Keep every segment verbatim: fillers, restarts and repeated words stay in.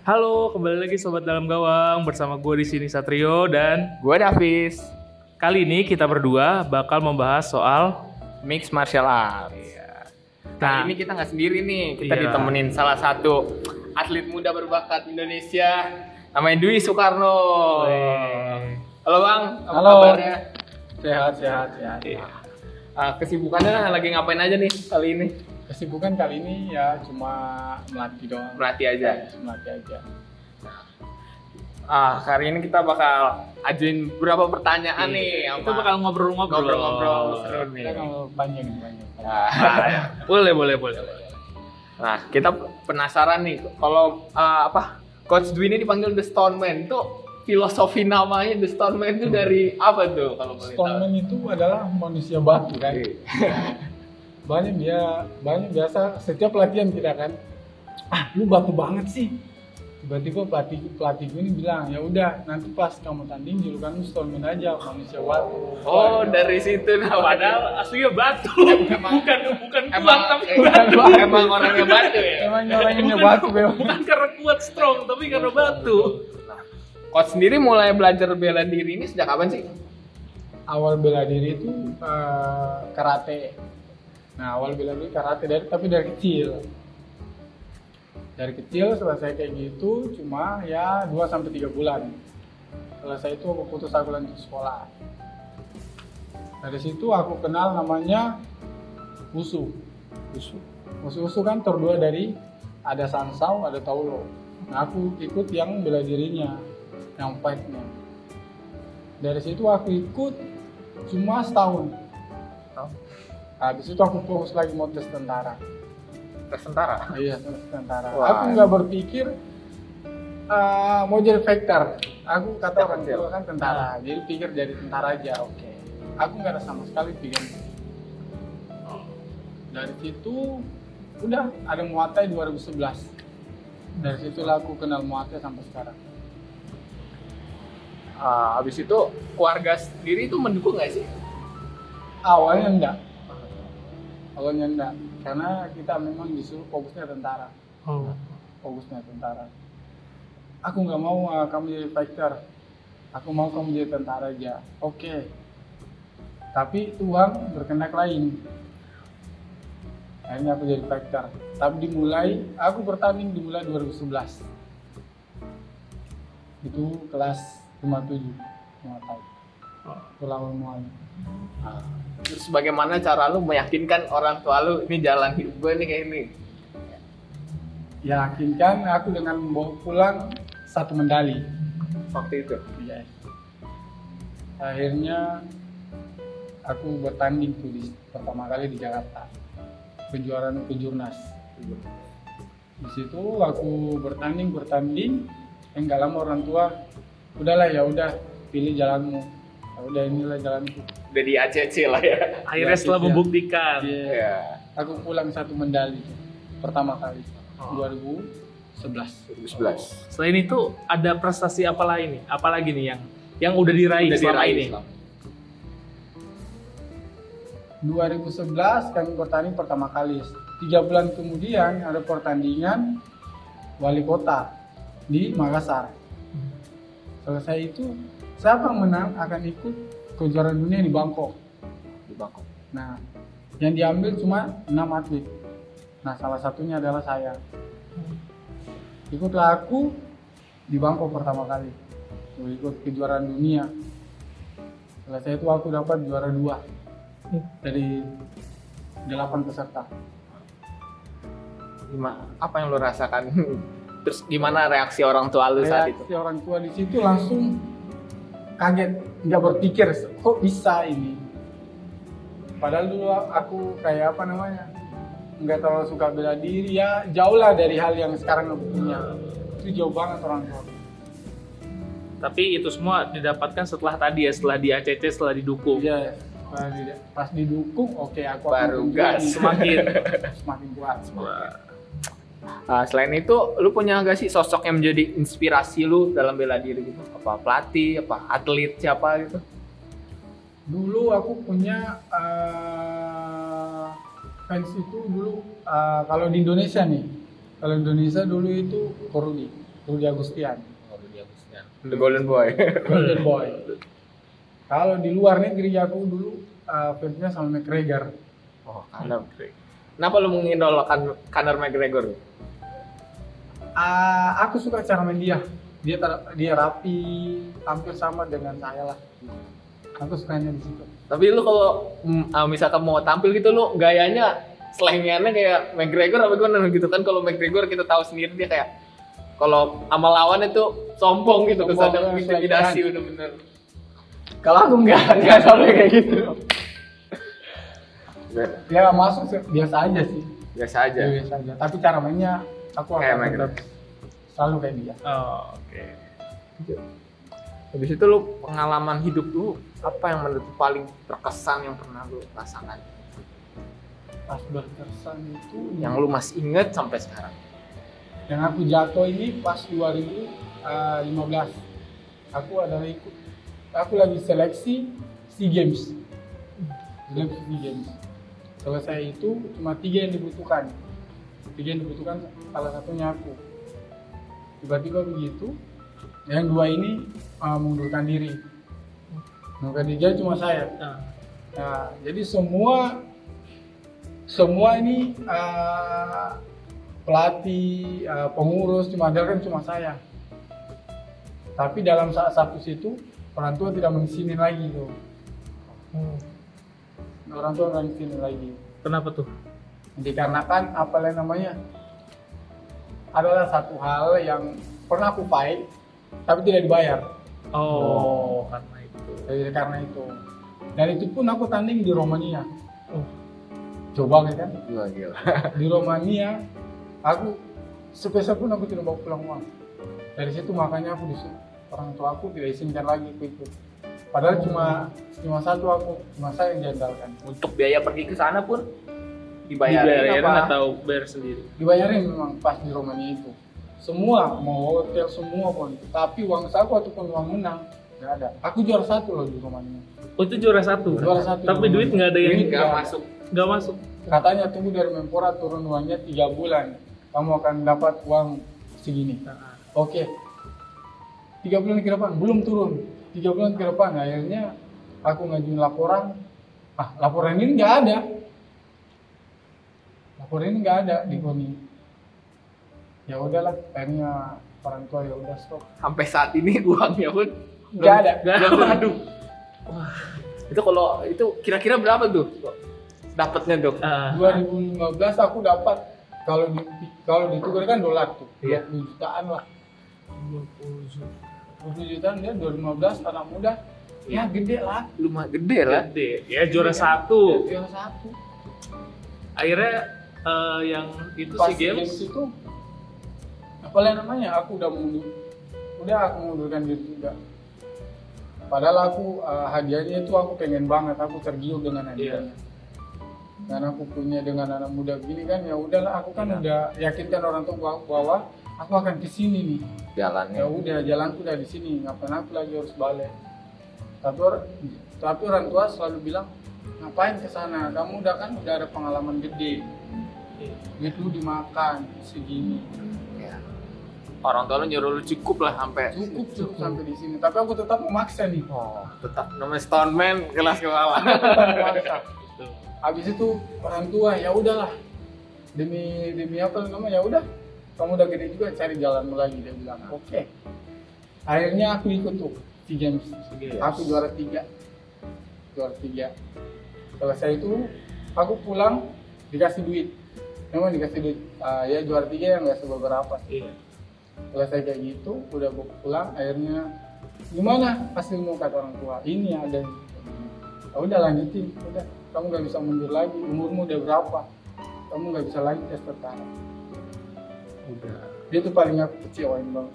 Halo, kembali lagi Sobat Dalam Gawang bersama gue di sini Satrio dan Gue Davis. kali ini kita berdua bakal membahas soal Mixed martial arts. Iya. Nah, Nah, ini kita nggak sendiri nih. Kita Iya. ditemenin salah satu atlet muda berbakat Indonesia. Namanya Dwi Soekarno. Weh. Halo Bang, apa Halo. kabarnya? Sehat, sehat, sehat. Iya. Ah, kesibukannya lagi ngapain aja nih kali ini? Kesibukan kali ini ya cuma melatih doang. Melatih aja. Melatih aja. Ah, hari ini kita bakal ajuin beberapa pertanyaan nih. Iya, sama- kita bakal ngobrol-ngobrol. ngobrol-ngobrol seru nih. Kita kalau panjang nih, panjang. Nah, Boleh, boleh, boleh. Nah, kita penasaran nih kalau uh, apa Coach Dwi ini dipanggil The Stone Man. Itu filosofi namanya The Stone Man itu dari apa tuh kalau boleh tahu? Stoneman itu adalah manusia batu kan. Iya. Banyak dia, banyak biasa setiap latihan kita kan. Ah, lu batu banget sih. Tiba-tiba pelatih pelatih gue ini bilang, ya udah nanti pas kamu tanding julukan lu Stoneman aja, manusia batu. Oh, dari situ nah. Padahal aslinya batu. Emang- bukan bukan kuat Emang tapi eh, batu. emang orangnya batu ya. Emang orangnya batu memang. Bukan karena kuat strong, tapi karena batu. Nah, Coach sendiri mulai belajar bela diri ini sejak kapan sih? Awal bela diri itu eh, karate. Nah, awal bela diri karate dari tapi dari kecil. Dari kecil selesai kayak gitu cuma ya dua sampai tiga bulan. Selesai itu aku putus, aku lanjut sekolah. Dari situ aku kenal namanya Wusu. Wusu. Wusu kan terdua dari ada Sansao, ada Taulo. Nah, aku ikut yang bela dirinya, yang fight-nya. Dari situ aku ikut cuma setahun. Habis itu aku fokus lagi mau tes tentara. Tes tentara. Iya, tes tentara. Wah. Aku nggak berpikir uh, mau jadi fighter. Aku kata orang Kecil. tua kan tentara, jadi pikir jadi tentara aja. Oke. Aku nggak ada sama sekali pikiran. Dari situ udah ada Muay Thai dua ribu sebelas. Dari situlah aku kenal Muay Thai sampai sekarang. Ah, habis itu keluarga sendiri itu mendukung nggak sih? Awalnya enggak. Awalnya enggak. Karena kita memang disuruh fokusnya tentara. Oh. Fokusnya tentara. Aku nggak mau uh, kamu jadi fighter. Aku mau kamu jadi tentara aja. Oke. Tapi Tuhan berkehendak lain. Akhirnya aku jadi fighter. Tapi dimulai, aku bertanding dimulai dua ribu sebelas. Itu kelas lima puluh tujuh Muay Thai. Itu lawan Muay. Ah, terus bagaimana cara lu meyakinkan orang tua lu ini jalan hidup gue nih kayak ini? Yakinkan aku dengan membawa pulang satu medali. Waktu itu. Iya. Akhirnya aku bertanding tuh di pertama kali di Jakarta, kejuaraan kejurnas. Di situ aku bertanding bertanding, enggak lama orang tua, udahlah ya udah pilih jalanmu, ya udah inilah jalanku. Udah di A C C lah ya. Akhirnya Ya, setelah iya. membuktikan. Iya. Iya. Aku pulang satu medali pertama kali Oh. dua ribu sebelas. dua ribu sebelas. Selain itu ada prestasi apa lagi nih? Apalagi nih yang yang udah diraih Udah selama diraih ini? selama- dua ribu sebelas kami bertanding pertama kali. Tiga bulan kemudian ada pertandingan wali kota di Makassar. Selesai itu, siapa yang menang akan ikut kejuaraan dunia di Bangkok. Di Bangkok. Nah, yang diambil cuma enam atlet. Nah, salah satunya adalah saya. Ikutlah aku di Bangkok pertama kali. Aku ikut kejuaraan dunia. Selesai itu aku dapat juara dua dari delapan peserta. Gimana? Apa yang lu rasakan? Terus gimana reaksi orang tua lu saat itu? Reaksi orang tua di situ langsung kaget, nggak berpikir kok bisa ini. Padahal dulu aku kayak apa namanya, nggak terlalu suka bela diri ya, jauh lah dari hal yang sekarang aku punya. Itu jauh banget orang tua. Tapi itu semua didapatkan setelah tadi ya, setelah di A C C, setelah didukung. Iya, pas di- pas didukung, oke aku akan Baru tunjukin gas. Semakin semakin kuat. Wah. Nah, selain itu, lu punya nggak sih sosok yang menjadi inspirasi lu dalam bela diri gitu? Apa pelatih, apa atlet siapa gitu? Dulu aku punya uh, fans itu dulu uh, kalau di Indonesia nih, kalau Indonesia dulu itu Korudi, Rudi Agustian. Oh, Rudi Agustian. The Golden Boy. Golden Boy. Kalau di luar negeri aku dulu uh, fansnya sama McGregor. Oh, Conor McGregor. Kenapa lu mengidolakan Conor McGregor? Uh, aku suka cara main dia. Dia ter- dia rapi, hampir sama dengan saya lah. Aku sukanya di situ. Tapi lu kalau mm, ah, misalkan mau tampil gitu lu gayanya slengannya kayak McGregor apa gimana gitu kan? Kalau McGregor kita tahu sendiri dia kayak kalau sama lawan itu sombong gitu, Sombong, terus ada ya, intimidasi slengan. bener-bener. Kalau aku enggak, enggak sampai kayak gitu. Ya masuk sih, biasa aja sih. Biasa aja. Ya, biasa aja. Tapi cara mainnya aku Kayak akan McGregor. tetap selalu kayak dia. Oh, oke. Habis itu lu pengalaman hidup lu apa yang menurut lu paling berkesan yang pernah lu rasakan? Pas berkesan itu Yang lu masih inget sampai sekarang? yang aku jatuh ini pas dua ribu lima belas. Aku adalah ikut, aku lagi seleksi SEA Games. Seleksi SEA Games. Selesai itu cuma tiga yang dibutuhkan. Tiga yang dibutuhkan, salah satunya aku. Tiba-tiba begitu, yang dua ini uh, mengundurkan diri. Mengundurkan diri jadi cuma saya. Nah, Nah, jadi semua semua ini uh, pelatih, uh, pengurus cuma andalkan cuma saya. Tapi dalam saat satu situ orang tua tidak mengisinin lagi tuh. Orang tua nggak mengisinin lagi. kenapa tuh? Dikarenakan apa yang namanya adalah satu hal yang pernah aku fight tapi tidak dibayar. Oh, karena itu. Jadi karena itu. Dan itu pun aku tanding di Romania. Oh. Coba kan? Gila gila. Di Romania aku sepeser pun aku tidak bawa pulang uang. Dari situ makanya aku disuruh orang tua aku tidak izinkan lagi aku ikut. Padahal cuma cuma satu aku, cuma saya yang diandalkan. Untuk biaya pergi ke sana pun dibayarin, Dibayarin apa? atau bayar sendiri? Dibayarin memang pas di Romania itu. Semua mau hotel semua pun, tapi uang saku ataupun uang menang nggak ada. Aku juara satu loh di Romania. Oh, itu juara satu. Juara satu. Tapi di duit Romania. nggak ada yang Duit Nggak nggak ada. masuk. nggak masuk. Katanya tunggu dari Menpora turun uangnya tiga bulan, kamu akan dapat uang segini. Nah, Oke, tiga bulan ke depan belum turun. Tiga bulan ke depan akhirnya aku ngajuin laporan. Ah, laporan ini nggak ada. Laporan ini nggak ada di KONI. Ya udahlah, akhirnya orang tua ya udah stop. Sampai saat ini uangnya pun Nggak ada. nggak ada. belum aduh. Wah, itu kalau itu kira-kira berapa tuh dapatnya dok? Ah, dua ribu lima belas aku dapat kalau di kalau ditukar kan dolar tuh. Iya. dua puluh jutaan lah. dua puluh juta. dua puluh jutaan dia dua ribu lima belas anak muda. Ya gede lah. Lumayan gede lah. Gede. Ya juara satu. Yang satu. Akhirnya eh, yang itu Pas SEA Games. itu apa namanya aku udah mundur udah aku mundurkan diri juga padahal aku uh, hadiahnya itu aku pengen banget aku tergiur dengan hadiahnya dan aku punya dengan anak muda begini kan ya udahlah aku kan Iya. udah yakinkan orang tua bahwa- bahwa aku akan kesini nih Jalannya. ya udah jalanku udah di sini ngapain aku lagi harus balik tapi or- tapi orang tua selalu bilang ngapain ke sana kamu udah kan udah ada pengalaman gede Iya. duit lu dimakan segini Ya. Orang tua lu nyuruh lu cukup lah sampai. cukup cukup sampai di sini tapi aku tetap memaksa nih Oh, tetap namanya Stoneman kelas kepala. tetap memaksa Betul. habis itu orang tua ya udahlah demi demi apa namanya ya udah kamu udah gede juga cari jalanmu lagi dia bilang oke akhirnya aku ikut tuh SEA Games SEA Games. aku juara tiga juara tiga selesai itu aku pulang dikasih duit memang dikasih duit ah, ya juara tiga yang nggak seberapa sih. Iya. Selesai kayak gitu udah gua pulang akhirnya gimana hasilmu kata orang tua ini ada ya udah lanjutin udah kamu nggak bisa mundur lagi umurmu udah berapa kamu nggak bisa lagi tes tentara Udah. dia tuh paling aku kecewain banget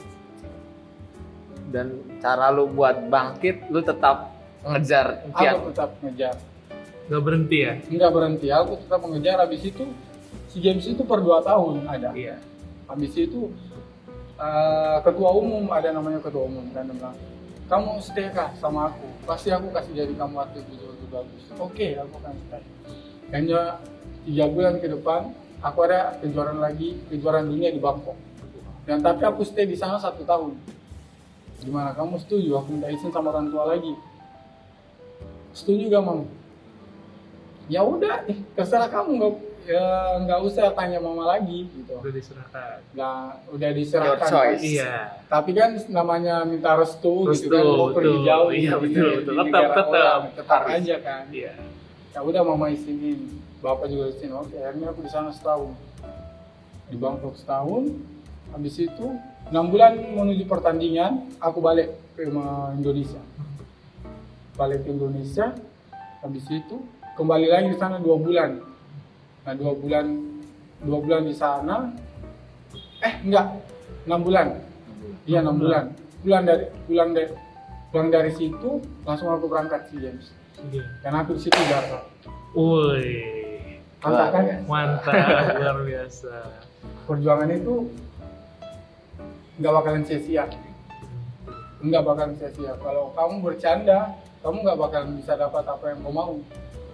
Dan cara lu buat bangkit, lu tetap ngejar impian. aku tetap ngejar Nggak berhenti ya? nggak berhenti aku tetap mengejar habis itu SEA Games itu per dua tahun ada Iya. habis itu uh, ketua umum ada namanya ketua umum dan dia bilang kamu stay kah sama aku pasti aku kasih jadi kamu atlet judo itu bagus oke aku akan stay hanya tiga bulan ke depan aku ada kejuaraan lagi kejuaraan dunia di Bangkok Dan tapi aku stay di sana satu tahun. Gimana, kamu setuju? Aku minta izin sama orang tua lagi. Setuju gak mau? Ya udah, eh, terserah kamu, nggak ya nggak usah tanya mama lagi gitu. Udah diserahkan. Nggak, udah diserahkan. Your choice. Iya. Tapi kan namanya minta restu, Restu, gitu kan, mau pergi betul. jauh Iya, di- betul, di betul. negara Tetap, tetap. orang, tetap Harus. aja kan. Iya. Ya udah mama izinin, bapak juga izin. Oke, akhirnya aku di sana setahun. Di Bangkok setahun, habis itu enam bulan menuju pertandingan, aku balik ke Indonesia. Balik ke Indonesia, habis itu kembali lagi di sana dua bulan. Nah dua bulan, dua bulan di sana, eh enggak, enam bulan. Iya enam bulan. Pulang dari pulang dari pulang dari situ langsung aku berangkat SEA Games. Oke. Karena aku di situ Jakarta. Woi. Mantap kan? Mantap, luar biasa. Perjuangan itu nggak bakalan sia-sia. Nggak bakalan sia-sia. Kalau kamu bercanda, kamu nggak bakalan bisa dapat apa yang kamu mau.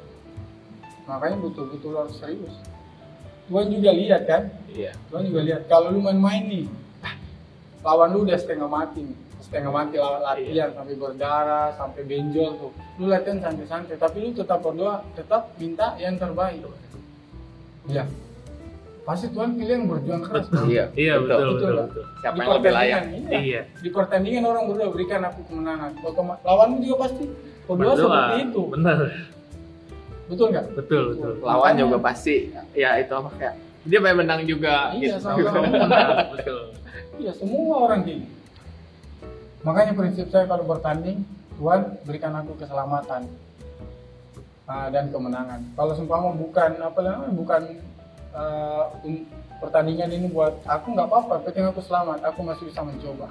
Makanya betul-betul harus serius. Tuhan juga lihat kan? Iya. Tuhan juga lihat. Kalau lu main-main nih, ah, lawan lu udah setengah mati nih. Setengah mati lawan latihan, sampai berdarah, sampai benjol tuh. Lu latihan santai-santai, tapi lu tetap berdoa, tetap minta yang terbaik. Iya. Pasti Tuhan pilih yang berjuang keras. Bro. Iya. Iya, betul, Betul betul, lah. betul. Siapa Di yang lebih layak? pertandingan, iya. Iya. Di pertandingan orang berdoa, berikan aku kemenangan. Otoma- Lawanmu juga pasti berdoa Berdoa. seperti itu. Benar. Betul nggak? Betul, betul. Lawan Makanya- juga pasti ya itu apa kayak dia pengen menang juga Iya, gitu. sama-sama. Benar, betul. Iya, semua orang gini. Makanya prinsip saya kalau bertanding, Tuhan berikan aku keselamatan ah, dan kemenangan. Kalau seumpama bukan apa namanya, bukan ah, un- pertandingan ini buat aku, nggak apa-apa. Penting aku selamat, aku masih bisa mencoba.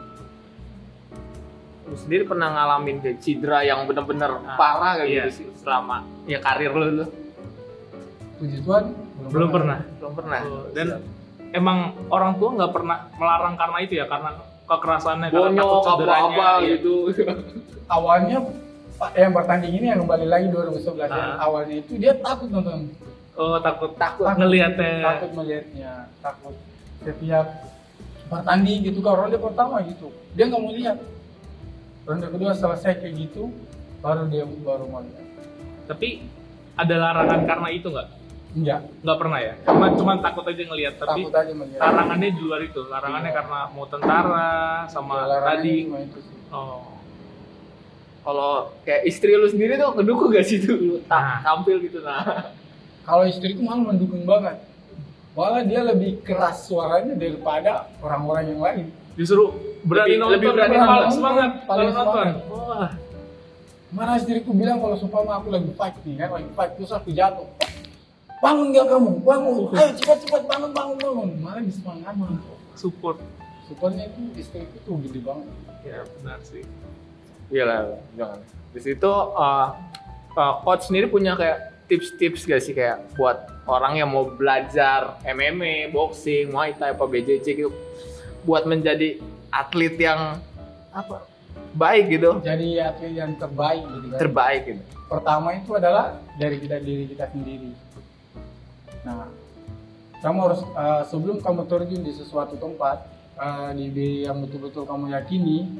Lu sendiri pernah ngalamin kayak cedera yang bener-bener Ah, parah kayak iya. gitu sih selama ya karir lu tuh? Puji Tuhan, Belum pernah. Belum pernah. Oh, dan emang orang tua nggak pernah melarang karena itu ya, karena kekerasannya, karena takut Bonyok cederanya. apa-apa iya. gitu. Awalnya Pak yang bertanding ini yang kembali lagi dua ribu sebelas ya. Ah. Awalnya itu dia takut nonton, Oh, takut Takut. ngelihatnya. takut melihatnya, takut setiap bertanding gitu kan, ronde pertama gitu dia nggak mau lihat, ronde kedua selesai kayak gitu baru dia baru mau lihat. Tapi ada larangan karena itu nggak? Enggak, Nggak pernah ya? Cuma cuma takut aja ngelihat, tapi takut aja melihat. larangannya di luar itu. Larangannya Iya. karena mau tentara sama Ya, larangannya tadi. cuma itu sih. Oh. Kalau kayak istri lu sendiri tuh ngedukung gak sih tuh lu ta- Nah. tampil gitu nah. Kalau istriku malah mendukung banget, malah dia lebih keras suaranya daripada orang-orang yang lain. Justru berani Lebih- nonton, lebih berani paling nonton. semangat Paling kalau nonton. semangat. Wah. Mana istriku bilang kalau seumpama aku lagi fight nih kan, lagi fight terus aku jatuh, bangun gak kamu, bangun, ayo cepat-cepat bangun, bangun, bangun. Malah disemangatin. Support. Supportnya itu istriku tuh gede banget. Ya benar sih. Iya lah, jangan. Di situ uh, uh, coach sendiri punya kayak tips-tips gak sih kayak buat orang yang mau belajar M M A, boxing, Muay Thai, apa B J J gitu, buat menjadi atlet yang apa baik gitu, Jadi atlet yang terbaik gitu kan. terbaik gitu. Pertama itu adalah dari kita diri kita sendiri. Nah, kamu harus uh, sebelum kamu terjun di sesuatu tempat uh, di, di yang betul-betul kamu yakini.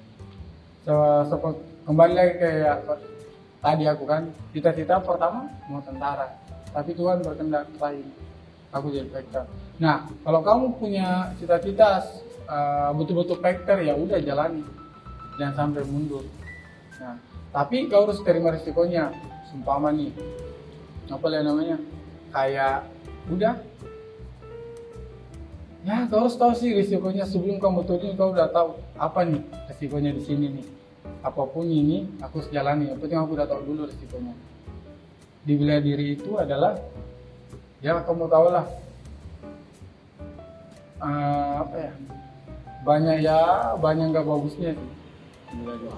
So, seperti kembali lagi kayak tadi aku kan, cita-cita pertama mau tentara, tapi Tuhan berkehendak lain, aku jadi fighter. Nah, kalau kamu punya cita-cita uh, betul-betul fighter, ya udah jalani, jangan sampai mundur. Nah, tapi kau harus terima risikonya. Seumpama nih, apa lah namanya, kayak udah, ya kau harus tahu sih risikonya sebelum kamu terjun. Kau udah tahu apa nih risikonya di sini nih. Apapun ini aku harus jalani. Yang penting aku udah tahu dulu risikonya. Di bela diri itu adalah, ya kamu tahu lah, uh, apa ya, banyak ya banyak nggak bagusnya sih. di bela diri.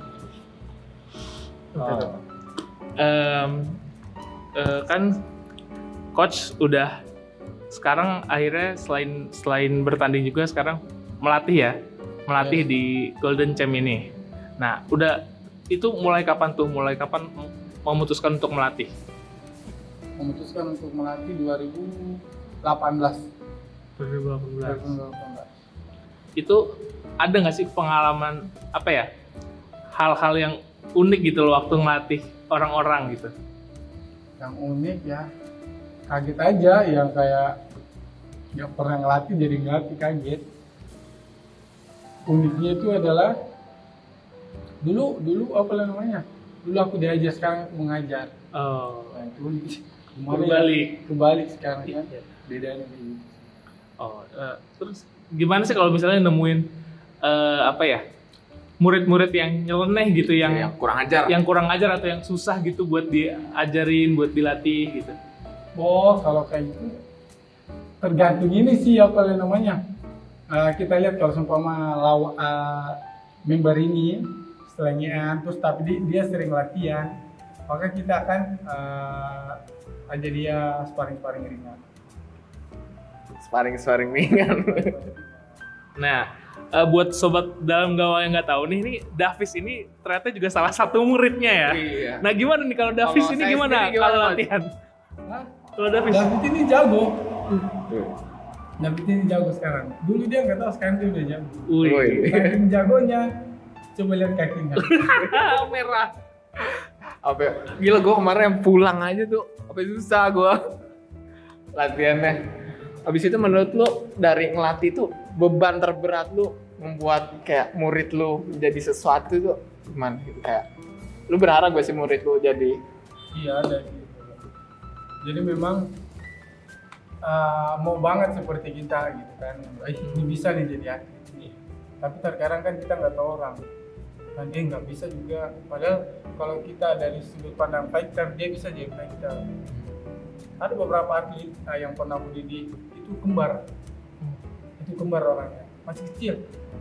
Oh. Em, eh, kan coach udah sekarang akhirnya selain selain bertanding juga sekarang melatih ya, melatih Yes. di Golden Champ ini. Nah, udah itu mulai kapan tuh? Mulai kapan memutuskan untuk melatih? Memutuskan untuk melatih dua ribu delapan belas. dua ribu delapan belas. dua ribu delapan belas. itu ada nggak sih pengalaman apa ya, hal-hal yang unik gitu loh waktu ngelatih orang-orang gitu? Yang unik ya, kaget aja, yang kayak nggak pernah ngelatih jadi ngelatih, kaget. Uniknya itu adalah dulu dulu apa namanya? Dulu aku diajar, sekarang aku mengajar. Oh, Nah, itu unik. Gimana ya? Kebalik. Kebalik sekarang kan. Iya. Bedanya gitu. oh, eh, terus gimana sih kalau misalnya nemuin eh, apa ya, murid-murid yang nyeleneh gitu, yang yang kurang ajar. yang kurang ajar atau yang susah gitu buat diajarin, buat dilatih gitu? Oh, kalau kayak gitu tergantung ini sih apa namanya. Eh, kita lihat kalau seumpama law eh, member ini selengean terus tapi di- dia sering latihan, maka kita akan eh, aja dia sparring-sparring ringan. Sparring-sparring ringan. Nah, eh, buat sobat dalam gawang yang nggak tahu nih, ini Davis ini ternyata juga salah satu muridnya ya. Iya. Nah, gimana nih kalau Davis Kalau ini saya gimana sendiri gimana, kalau Mas? latihan? Hah? Kalau Davis? David ini jago. Tuh. David ini jago sekarang. Dulu dia nggak tahu, sekarang dia udah jago. Wih. Woi. Saking jagonya, coba lihat kakinya. Merah. Apa ya? Gila, gue kemarin pulang aja tuh apa susah gue latihannya. Habis itu menurut lu dari ngelatih tuh beban terberat lu membuat kayak murid lu jadi sesuatu tuh gimana gitu, kayak lu berharap gak sih murid lu jadi Iya, ada gitu. Jadi memang uh, mau banget seperti kita gitu kan. Eh, ini bisa nih jadi atlet nih. Tapi terkadang kan kita nggak tahu orang. Dan eh nggak bisa juga. Padahal kalau kita dari sudut pandang fighter, dia bisa jadi fighter. Ada beberapa atlet uh, yang pernah aku didik itu kembar. Itu kembar orangnya, masih kecil.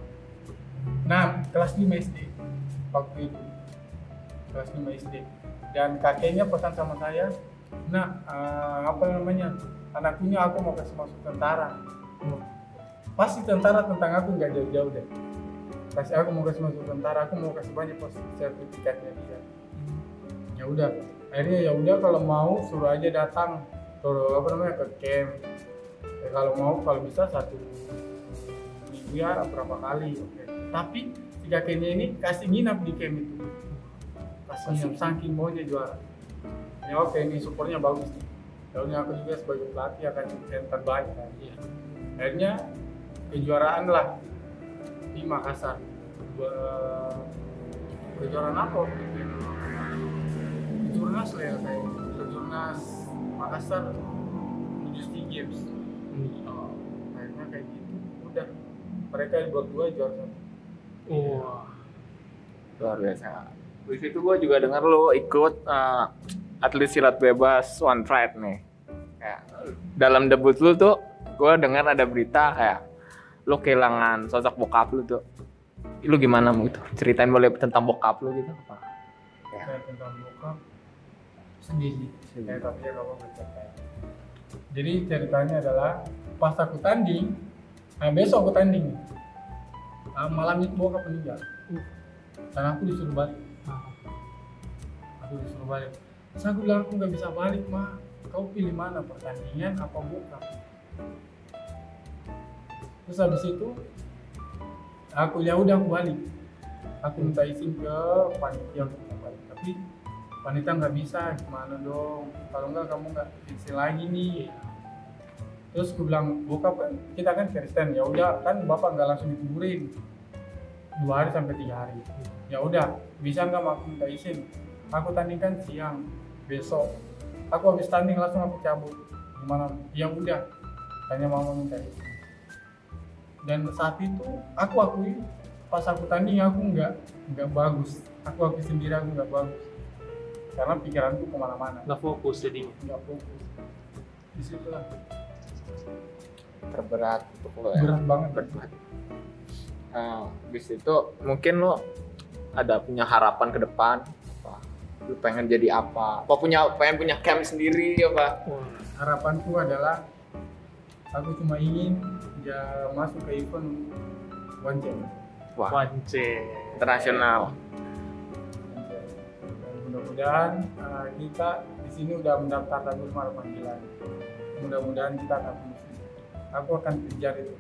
Nah, kelas lima S D waktu itu. Kelas lima S D. Dan kakeknya pesan sama saya, nah uh, apa namanya, anaknya aku mau kasih masuk tentara. Pasti tentara tentang aku nggak jauh-jauh deh. Kasih aku mau kasih masuk tentara, aku mau kasih banyak pos sertifikatnya dia. Ya udah, akhirnya ya udah kalau mau suruh aja datang ke apa namanya ke camp. Ya, kalau mau kalau bisa satu minggu ya berapa kali. Oke. Tapi si kakeknya ini kasih nginap di camp itu. Kasih saking maunya juara. Ya oke, ini supportnya bagus nih. Soalnya aku juga sebagai pelatih akan yang terbaik kan. Iya. Akhirnya kejuaraan lah di Makassar. Be- kejuaraan apa waktu itu? Kejurnas lah ya, kayak kejurnas Makassar menuju SEA Games. Oh, akhirnya kayak gitu. Udah, mereka berdua juara satu. Wah. luar biasa. Di situ gue juga dengar lo ikut uh, atlet silat bebas One Pride nih. Kayak, dalam debut lu tuh gue dengar ada berita kayak lo kehilangan sosok bokap lu tuh. Lu gimana mau itu? Ceritain boleh tentang bokap lu gitu apa? Ya. Kayak tentang bokap sedih sih. Kayak tapi ya kalau bercerita. Jadi ceritanya adalah pas aku tanding, nah besok aku tanding. Nah, malam itu bokap meninggal. Dan aku disuruh balik. Aku disuruh balik. Terus aku bilang aku nggak bisa balik, Ma. Kau pilih mana, pertandingan apa bokap? Terus habis itu aku ya udah aku balik. Aku minta izin ke panitia untuk balik. Tapi panitia nggak bisa, gimana dong? Kalau nggak kamu nggak izin lagi nih. Terus aku bilang bokap kan kita kan Kristen, ya udah kan bapak nggak langsung dikuburin dua hari sampai tiga hari. Ya udah, bisa nggak aku minta izin? Aku tandingkan siang besok. Aku habis tanding langsung aku cabut. Gimana? Ya udah, hanya mau minta izin. Dan saat itu aku akui pas aku tanding aku nggak nggak bagus. Aku akui sendiri aku nggak bagus. Karena pikiranku kemana-mana. Nggak fokus jadinya. Nggak fokus. Di situ lah. Terberat untuk lo ya. Berat banget. Berat. Nah, habis itu mungkin lo ada punya harapan ke depan apa? Lu pengen jadi apa? Apa punya pengen punya camp sendiri apa? Harapanku adalah aku cuma ingin ya masuk ke event One Champ. Wah, Wance. internasional. Dan mudah-mudahan uh, kita di sini udah mendaftar lagi lima panggilan. Mudah-mudahan kita akan masuk. Aku akan kejar itu.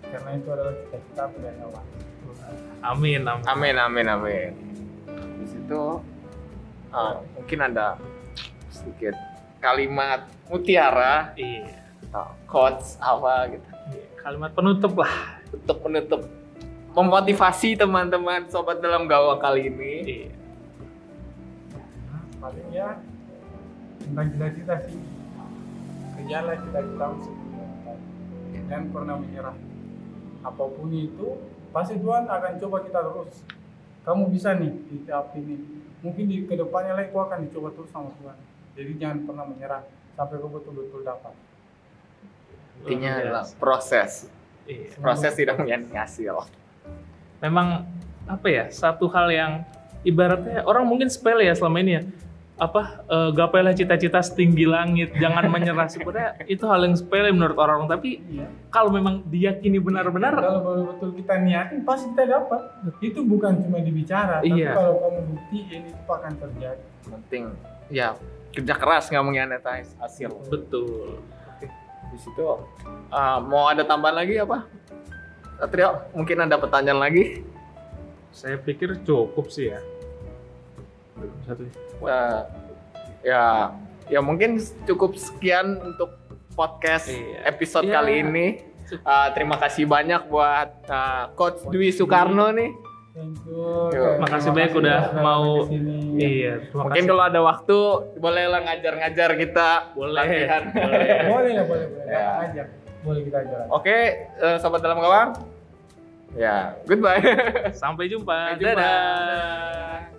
karena itu adalah cita-cita aku dari awal. Amin, amin. Amin, amin, amin. Di situ ah, mungkin ada sedikit kalimat mutiara, Iya. atau quotes apa gitu Iya, kalimat penutup lah. untuk menutup memotivasi teman-teman sobat dalam gawang kali ini. Iya. Nah, paling ya tentang cita-cita sih, kejarlah cita-citamu sebelum jangan pernah menyerah. Apapun itu pasti Tuhan akan coba kita terus. Kamu bisa nih di tahap ini, mungkin di kedepannya lagi kau akan dicoba terus sama Tuhan. Jadi jangan pernah menyerah sampai kau betul-betul dapat. Intinya Luar adalah biasa. proses. Iya. Proses tidak punya hasil. Memang apa ya, satu hal yang ibaratnya orang mungkin sepele ya selama ini ya, apa eh, gapailah cita-cita setinggi langit, jangan menyerah. Sebenarnya itu hal yang sepele menurut orang, tapi Iya. kalau memang diyakini benar-benar, Kalau betul-betul kita niatin pasti kita dapat. Itu bukan cuma dibicara, tapi Iya. kalau kamu buktiin itu akan terjadi. Penting ya kerja keras, nggak mengkhianati hasil. betul. Di situ uh, mau ada tambahan lagi apa? Satrio, mungkin ada pertanyaan lagi? Saya pikir cukup sih ya. Satu. Uh, ya, ya mungkin cukup sekian untuk podcast Iya. episode Iya. kali ini. Uh, terima kasih banyak buat uh, Coach Dwi Soekarno nih. Thank you. Yo, makasih Terima banyak udah sudah mau. datang ke sini. Iya, terima Mungkin kasih. kalau ada waktu bolehlah ngajar-ngajar kita Boleh. latihan. Boleh. Boleh ya, boleh, boleh. Ya. Aja. Boleh kita ajar. Oke, uh, sobat dalam gawang. Ya, goodbye. Sampai jumpa. Sampai jumpa. Dadah. Dadah.